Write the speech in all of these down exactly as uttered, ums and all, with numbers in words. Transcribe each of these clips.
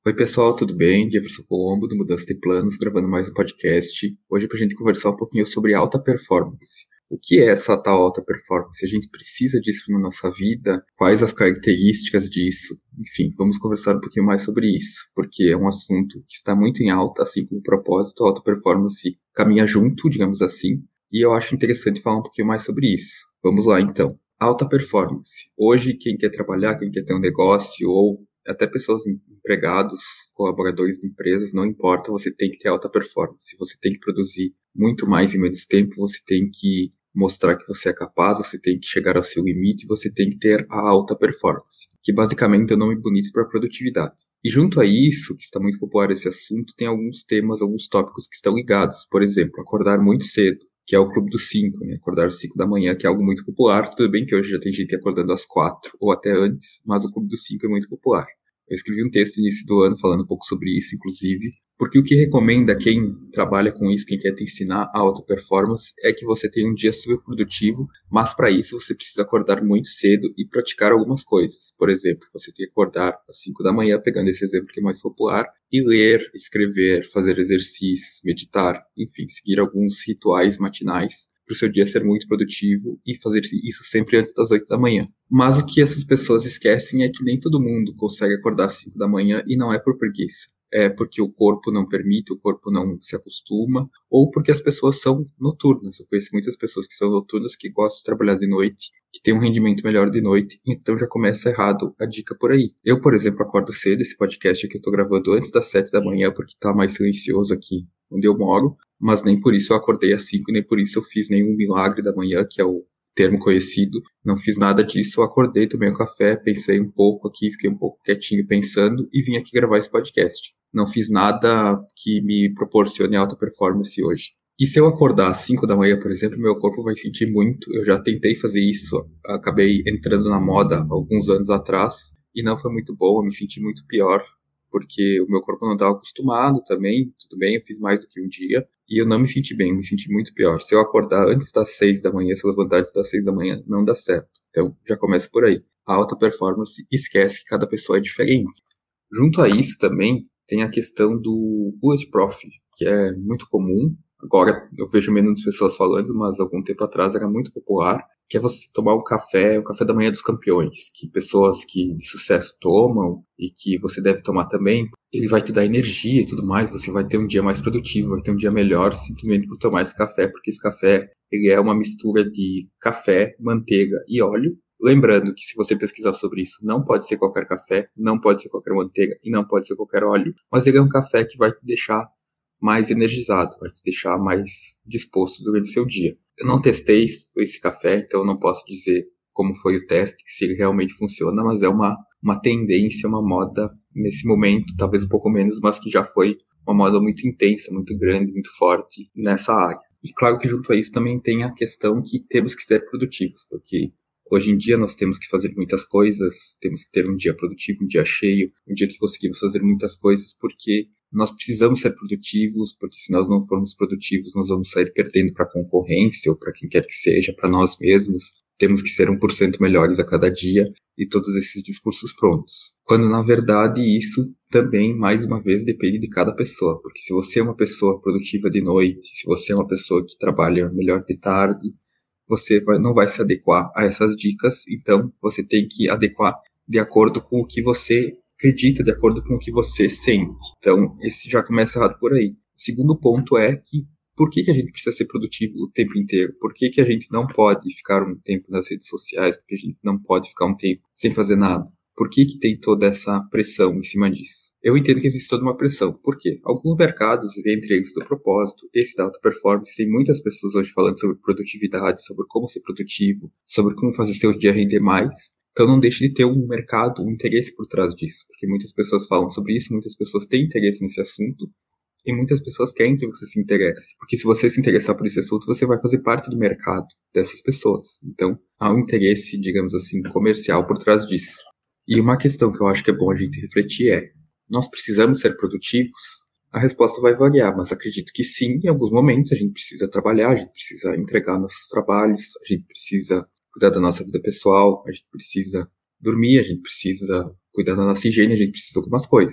Oi pessoal, tudo bem? Jefferson Colombo do Mudança de Planos, gravando mais um podcast. Hoje para a gente conversar um pouquinho sobre alta performance. O que é essa tal alta performance? A gente precisa disso na nossa vida? Quais as características disso? Enfim, vamos conversar um pouquinho mais sobre isso, porque é um assunto que está muito em alta, assim como o propósito, a alta performance caminha junto, digamos assim, e eu acho interessante falar um pouquinho mais sobre isso. Vamos lá então. Alta performance. Hoje, quem quer trabalhar, quem quer ter um negócio ou até pessoas empregados, colaboradores de empresas, não importa, você tem que ter alta performance. Você tem que produzir muito mais em menos tempo, você tem que mostrar que você é capaz, você tem que chegar ao seu limite, você tem que ter a alta performance, que basicamente é o nome bonito para produtividade. E junto a isso, que está muito popular esse assunto, tem alguns temas, alguns tópicos que estão ligados. Por exemplo, acordar muito cedo, que é o Clube dos Cinco, né? Acordar às cinco da manhã, que é algo muito popular. Tudo bem que hoje já tem gente acordando às quatro ou até antes, mas o Clube dos Cinco é muito popular. Eu escrevi um texto no início do ano falando um pouco sobre isso, inclusive, porque o que recomenda quem trabalha com isso, quem quer te ensinar a alta performance, é que você tenha um dia super produtivo, mas para isso você precisa acordar muito cedo e praticar algumas coisas. Por exemplo, você tem que acordar às cinco da manhã, pegando esse exemplo que é mais popular, e ler, escrever, fazer exercícios, meditar, enfim, seguir alguns rituais matinais para o seu dia ser muito produtivo e fazer isso sempre antes das oito da manhã. Mas o que essas pessoas esquecem é que nem todo mundo consegue acordar às cinco da manhã e não é por preguiça. É porque o corpo não permite, o corpo não se acostuma, ou porque as pessoas são noturnas. Eu conheço muitas pessoas que são noturnas, que gostam de trabalhar de noite, que têm um rendimento melhor de noite, então já começa errado a dica por aí. Eu, por exemplo, acordo cedo, esse podcast aqui eu tô gravando antes das sete da manhã, porque tá mais silencioso aqui onde eu moro, mas nem por isso eu acordei às cinco, nem por isso eu fiz nenhum milagre da manhã, que é o termo conhecido. Não fiz nada disso, eu acordei, tomei um café, pensei um pouco aqui, fiquei um pouco quietinho pensando e vim aqui gravar esse podcast. Não fiz nada que me proporcione alta performance hoje. E se eu acordar às cinco da manhã, por exemplo, meu corpo vai sentir muito. Eu já tentei fazer isso, acabei entrando na moda alguns anos atrás e não foi muito bom, eu me senti muito pior, porque o meu corpo não estava acostumado também. Tudo bem, eu fiz mais do que um dia e eu não me senti bem, eu me senti muito pior. Se eu acordar antes das seis da manhã, se eu levantar antes das seis da manhã, não dá certo. Então já começa por aí. A alta performance esquece que cada pessoa é diferente. Junto a isso também tem a questão do Bulletproof, que é muito comum. Agora eu vejo menos pessoas falando, mas algum tempo atrás era muito popular, que é você tomar um café, o café da manhã dos campeões, que pessoas que de sucesso tomam e que você deve tomar também. Ele vai te dar energia e tudo mais, você vai ter um dia mais produtivo, vai ter um dia melhor simplesmente por tomar esse café, porque esse café ele é uma mistura de café, manteiga e óleo. Lembrando que se você pesquisar sobre isso, não pode ser qualquer café, não pode ser qualquer manteiga e não pode ser qualquer óleo, mas ele é um café que vai te deixar mais energizado, vai te deixar mais disposto durante o seu dia. Eu não testei esse café, então eu não posso dizer como foi o teste, se ele realmente funciona, mas é uma, uma tendência, uma moda nesse momento, talvez um pouco menos, mas que já foi uma moda muito intensa, muito grande, muito forte nessa área. E claro que junto a isso também tem a questão que temos que ser produtivos, porque hoje em dia nós temos que fazer muitas coisas, temos que ter um dia produtivo, um dia cheio, um dia que conseguimos fazer muitas coisas, porque nós precisamos ser produtivos, porque se nós não formos produtivos, nós vamos sair perdendo para a concorrência ou para quem quer que seja, para nós mesmos. Temos que ser um por cento melhores a cada dia e todos esses discursos prontos. Quando, na verdade, isso também, mais uma vez, depende de cada pessoa, porque se você é uma pessoa produtiva de noite, se você é uma pessoa que trabalha melhor de tarde, você vai, não vai se adequar a essas dicas, então você tem que adequar de acordo com o que você acredita, de acordo com o que você sente. Então, esse já começa errado por aí. O segundo ponto é que por que, que a gente precisa ser produtivo o tempo inteiro? Por que, que a gente não pode ficar um tempo nas redes sociais? Por que a gente não pode ficar um tempo sem fazer nada? Por que, que tem toda essa pressão em cima disso? Eu entendo que existe toda uma pressão. Por quê? Alguns mercados, entre eles do propósito, esse da alta performance, tem muitas pessoas hoje falando sobre produtividade, sobre como ser produtivo, sobre como fazer seu dia render mais. Então não deixe de ter um mercado, um interesse por trás disso, porque muitas pessoas falam sobre isso, muitas pessoas têm interesse nesse assunto, e muitas pessoas querem que você se interesse. Porque se você se interessar por esse assunto, você vai fazer parte do mercado dessas pessoas. Então há um interesse, digamos assim, comercial por trás disso. E uma questão que eu acho que é bom a gente refletir é, nós precisamos ser produtivos? A resposta vai variar, mas acredito que sim, em alguns momentos a gente precisa trabalhar, a gente precisa entregar nossos trabalhos, a gente precisa cuidar da nossa vida pessoal, a gente precisa dormir, a gente precisa cuidar da nossa higiene, a gente precisa de algumas coisas.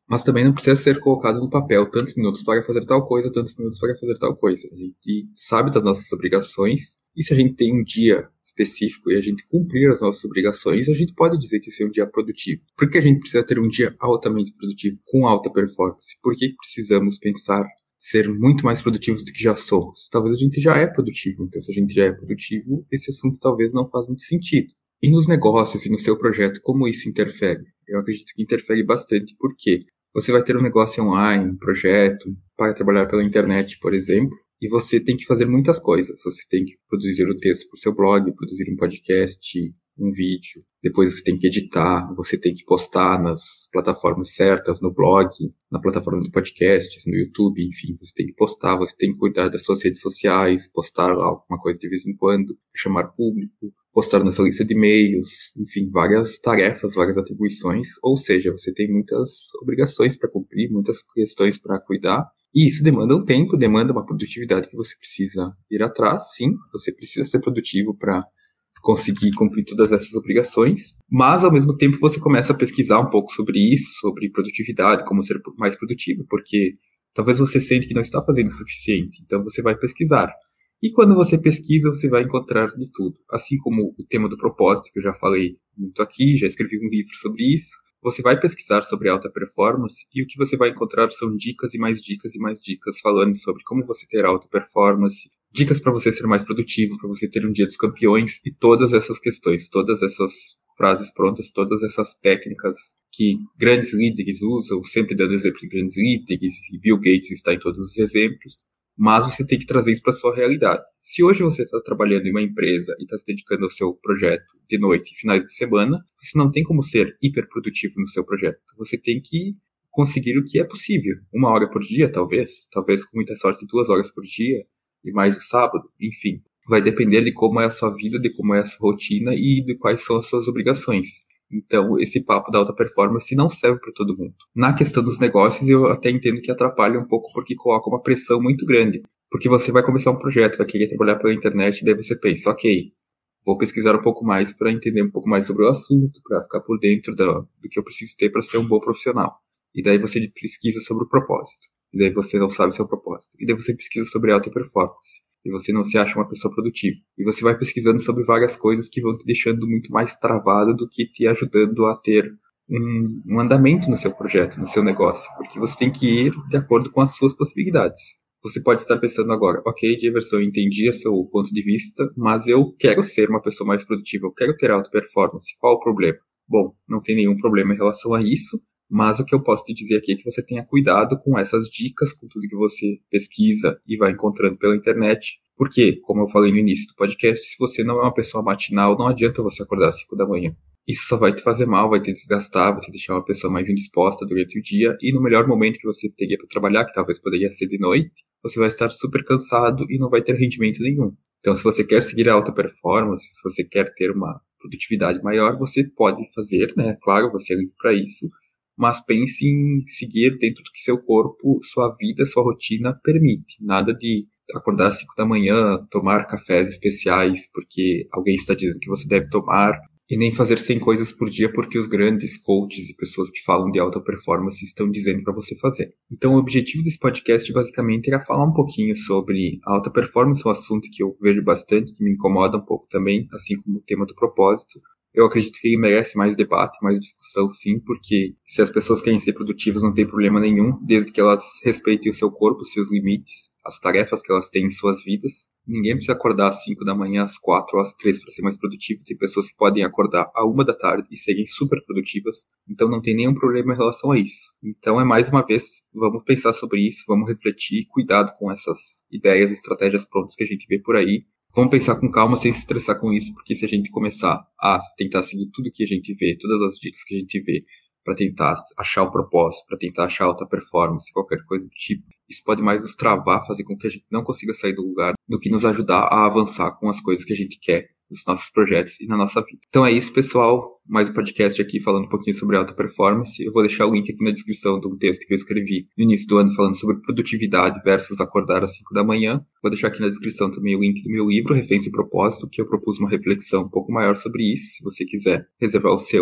Mas também não precisa ser colocado no papel tantos minutos para fazer tal coisa, tantos minutos para fazer tal coisa. A gente sabe das nossas obrigações, e se a gente tem um dia específico e a gente cumprir as nossas obrigações, a gente pode dizer que esse é um dia produtivo. Por que a gente precisa ter um dia altamente produtivo, com alta performance? Por que precisamos pensar ser muito mais produtivos do que já somos? Talvez a gente já é produtivo, então se a gente já é produtivo, esse assunto talvez não faz muito sentido. E nos negócios e no seu projeto, como isso interfere? Eu acredito que interfere bastante, porque você vai ter um negócio online, um projeto, para trabalhar pela internet, por exemplo, e você tem que fazer muitas coisas. Você tem que produzir um texto para o seu blog, produzir um podcast, um vídeo. Depois você tem que editar, você tem que postar nas plataformas certas, no blog, na plataforma do podcast, no YouTube, enfim. Você tem que postar, você tem que cuidar das suas redes sociais, postar lá alguma coisa de vez em quando, chamar público, postar na sua lista de e-mails, enfim, várias tarefas, várias atribuições. Ou seja, você tem muitas obrigações para cumprir, muitas questões para cuidar. E isso demanda um tempo, demanda uma produtividade que você precisa ir atrás, sim. Você precisa ser produtivo para conseguir cumprir todas essas obrigações, mas ao mesmo tempo você começa a pesquisar um pouco sobre isso, sobre produtividade, como ser mais produtivo, porque talvez você sente que não está fazendo o suficiente, então você vai pesquisar. E quando você pesquisa, você vai encontrar de tudo. Assim como o tema do propósito, que eu já falei muito aqui, já escrevi um livro sobre isso. Você vai pesquisar sobre alta performance e o que você vai encontrar são dicas e mais dicas e mais dicas falando sobre como você ter alta performance, dicas para você ser mais produtivo, para você ter um dia dos campeões e todas essas questões, todas essas frases prontas, todas essas técnicas que grandes líderes usam, sempre dando exemplo de grandes líderes, e Bill Gates está em todos os exemplos. Mas você tem que trazer isso para a sua realidade. Se hoje você está trabalhando em uma empresa e está se dedicando ao seu projeto de noite e finais de semana, você não tem como ser hiperprodutivo no seu projeto. Você tem que conseguir o que é possível. Uma hora por dia, talvez. Talvez, com muita sorte, duas horas por dia. E mais o sábado. Enfim, vai depender de como é a sua vida, de como é a sua rotina e de quais são as suas obrigações. Então, esse papo da alta performance não serve para todo mundo. Na questão dos negócios, eu até entendo que atrapalha um pouco porque coloca uma pressão muito grande. Porque você vai começar um projeto, vai querer trabalhar pela internet, e daí você pensa, ok, vou pesquisar um pouco mais para entender um pouco mais sobre o assunto, para ficar por dentro do, do que eu preciso ter para ser um bom profissional. E daí você pesquisa sobre o propósito. E daí você não sabe seu propósito. E daí você pesquisa sobre alta performance. E você não se acha uma pessoa produtiva. E você vai pesquisando sobre várias coisas que vão te deixando muito mais travado do que te ajudando a ter um, um andamento no seu projeto, no seu negócio. Porque você tem que ir de acordo com as suas possibilidades. Você pode estar pensando agora, ok, Jefferson, eu entendi o seu ponto de vista, mas eu quero ser uma pessoa mais produtiva, eu quero ter alta performance. Qual o problema? Bom, não tem nenhum problema em relação a isso. Mas o que eu posso te dizer aqui é que você tenha cuidado com essas dicas, com tudo que você pesquisa e vai encontrando pela internet. Porque, como eu falei no início do podcast, se você não é uma pessoa matinal, não adianta você acordar às cinco da manhã. Isso só vai te fazer mal, vai te desgastar, vai te deixar uma pessoa mais indisposta durante o dia. E no melhor momento que você teria para trabalhar, que talvez poderia ser de noite, você vai estar super cansado e não vai ter rendimento nenhum. Então, se você quer seguir a alta performance, se você quer ter uma produtividade maior, você pode fazer, né? Claro, você é livre para isso. Mas pense em seguir dentro do que seu corpo, sua vida, sua rotina permite. Nada de acordar às cinco da manhã, tomar cafés especiais porque alguém está dizendo que você deve tomar, e nem fazer cem coisas por dia porque os grandes coaches e pessoas que falam de alta performance estão dizendo para você fazer. Então o objetivo desse podcast basicamente era falar um pouquinho sobre a alta performance, um assunto que eu vejo bastante, que me incomoda um pouco também, assim como o tema do propósito. Eu acredito que ele merece mais debate, mais discussão, sim, porque se as pessoas querem ser produtivas não tem problema nenhum, desde que elas respeitem o seu corpo, os seus limites, as tarefas que elas têm em suas vidas. Ninguém precisa acordar às cinco da manhã, às quatro ou às três para ser mais produtivo. Tem pessoas que podem acordar à uma da tarde e serem super produtivas, então não tem nenhum problema em relação a isso. Então é mais uma vez, vamos pensar sobre isso, vamos refletir, cuidado com essas ideias, estratégias prontas que a gente vê por aí. Vamos pensar com calma, sem se estressar com isso, porque se a gente começar a tentar seguir tudo que a gente vê, todas as dicas que a gente vê, para tentar achar o propósito, para tentar achar alta performance, qualquer coisa do tipo, isso pode mais nos travar, fazer com que a gente não consiga sair do lugar, do que nos ajudar a avançar com as coisas que a gente quer nos nossos projetos e na nossa vida. Então é isso, pessoal. Mais um podcast aqui falando um pouquinho sobre alta performance. Eu vou deixar o link aqui na descrição de um texto que eu escrevi no início do ano falando sobre produtividade versus acordar às cinco da manhã. Vou deixar aqui na descrição também o link do meu livro, Refém-se e Propósito, que eu propus uma reflexão um pouco maior sobre isso. Se você quiser reservar o seu,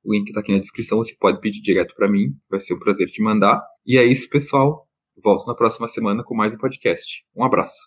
O link tá aqui na descrição, você pode pedir direto para mim, vai ser um prazer te mandar. E é isso, pessoal. Volto na próxima semana com mais um podcast. Um abraço.